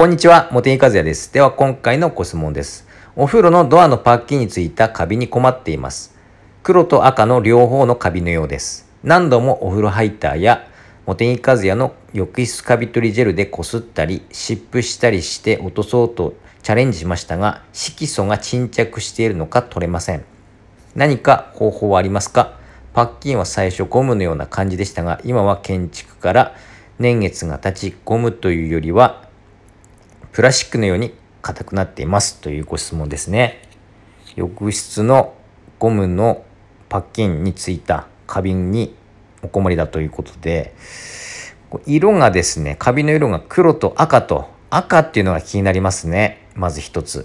こんにちは、茂木和也です。では今回のご質問です。お風呂のドアのパッキンについたカビに困っています。黒と赤の両方のカビのようです。何度もお風呂ハイターや茂木和也の浴室カビ取りジェルでこすったり湿布したりして落とそうとチャレンジしましたが、色素が沈着しているのか取れません。何か方法はありますか？パッキンは最初ゴムのような感じでしたが、今は建築から年月が経ち、ゴムというよりはプラスチックのように硬くなっていますというご質問ですね。浴室のゴムのパッキンについたカビにお困りだということで、色がですね、カビの色が黒と赤っていうのが気になりますね。まず一つ。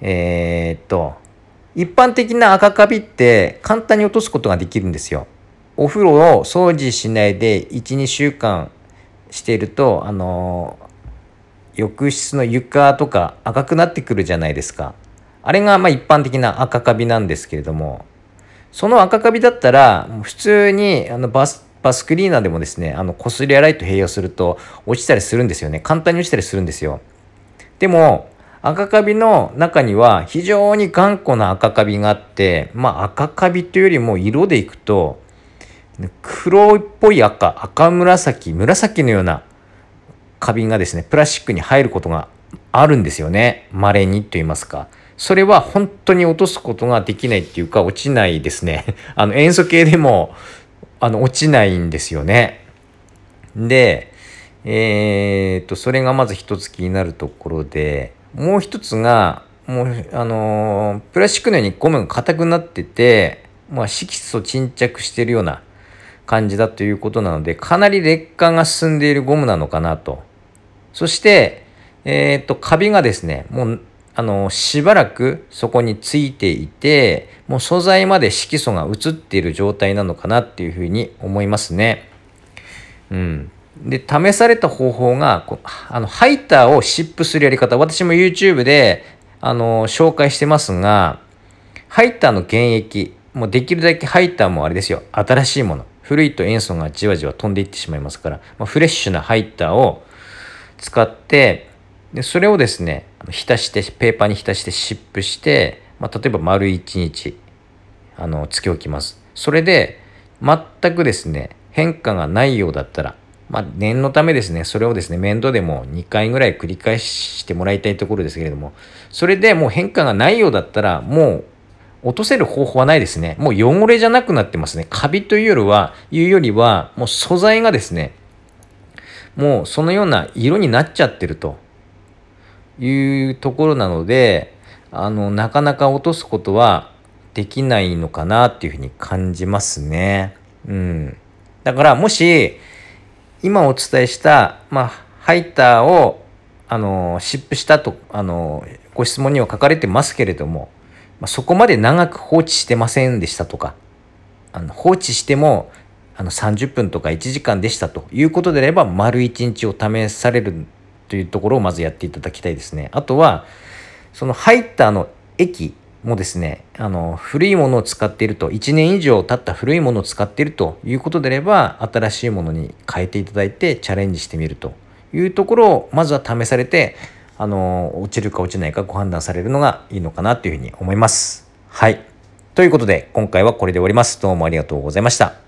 一般的な赤カビって簡単に落とすことができるんですよ。お風呂を掃除しないで1、2週間していると、浴室の床とか赤くなってくるじゃないですか。あれが一般的な赤カビなんですけれども、その赤カビだったら普通にバスクリーナーでもですね、こすり洗いと併用すると落ちたりするんですよね。簡単に落ちたりするんですよ。でも赤カビの中には非常に頑固な赤カビがあって、赤カビというよりも色でいくと黒っぽい赤紫のようなカビがですね、プラスチックに入ることがあるんですよね。稀にと言いますか。それは本当に落とすことができないっていうか、落ちないですね。塩素系でも落ちないんですよね。で、それがまず一つ気になるところで、もう一つがもうプラスチックのようにゴムが硬くなってて、色素沈着しているような感じだということなので、かなり劣化が進んでいるゴムなのかなと。そして、カビがですね、もうしばらくそこについていて、もう素材まで色素が移っている状態なのかなっていうふうに思いますね。で、試された方法がハイターを湿布するやり方、私も YouTube で紹介してますが、ハイターの原液、もうできるだけハイターもあれですよ、新しいもの、古いと塩素がじわじわ飛んでいってしまいますから、フレッシュなハイターを使って、でそれをですね、浸してペーパーに浸して湿布して、例えば丸1日つけ置きます。それで全くですね、変化がないようだったら、念のためですね、それをですね、面倒でも2回ぐらい繰り返してもらいたいところですけれども、それでもう変化がないようだったら、もう落とせる方法はないですね。もう汚れじゃなくなってますね。カビというよりは、もう素材がですね、もうそのような色になっちゃってるというところなので、なかなか落とすことはできないのかなっていうふうに感じますね。だからもし今お伝えした、ハイターを湿布したとご質問には書かれてますけれども、そこまで長く放置してませんでしたとか、放置しても30分とか1時間でしたということであれば、丸1日を試されるというところをまずやっていただきたいですね。あとはそのハイターの液もですね、古いものを使っていると、1年以上経った古いものを使っているということであれば、新しいものに変えていただいてチャレンジしてみるというところをまずは試されて、落ちるか落ちないかご判断されるのがいいのかなというふうに思います。はい。ということで今回はこれで終わります。どうもありがとうございました。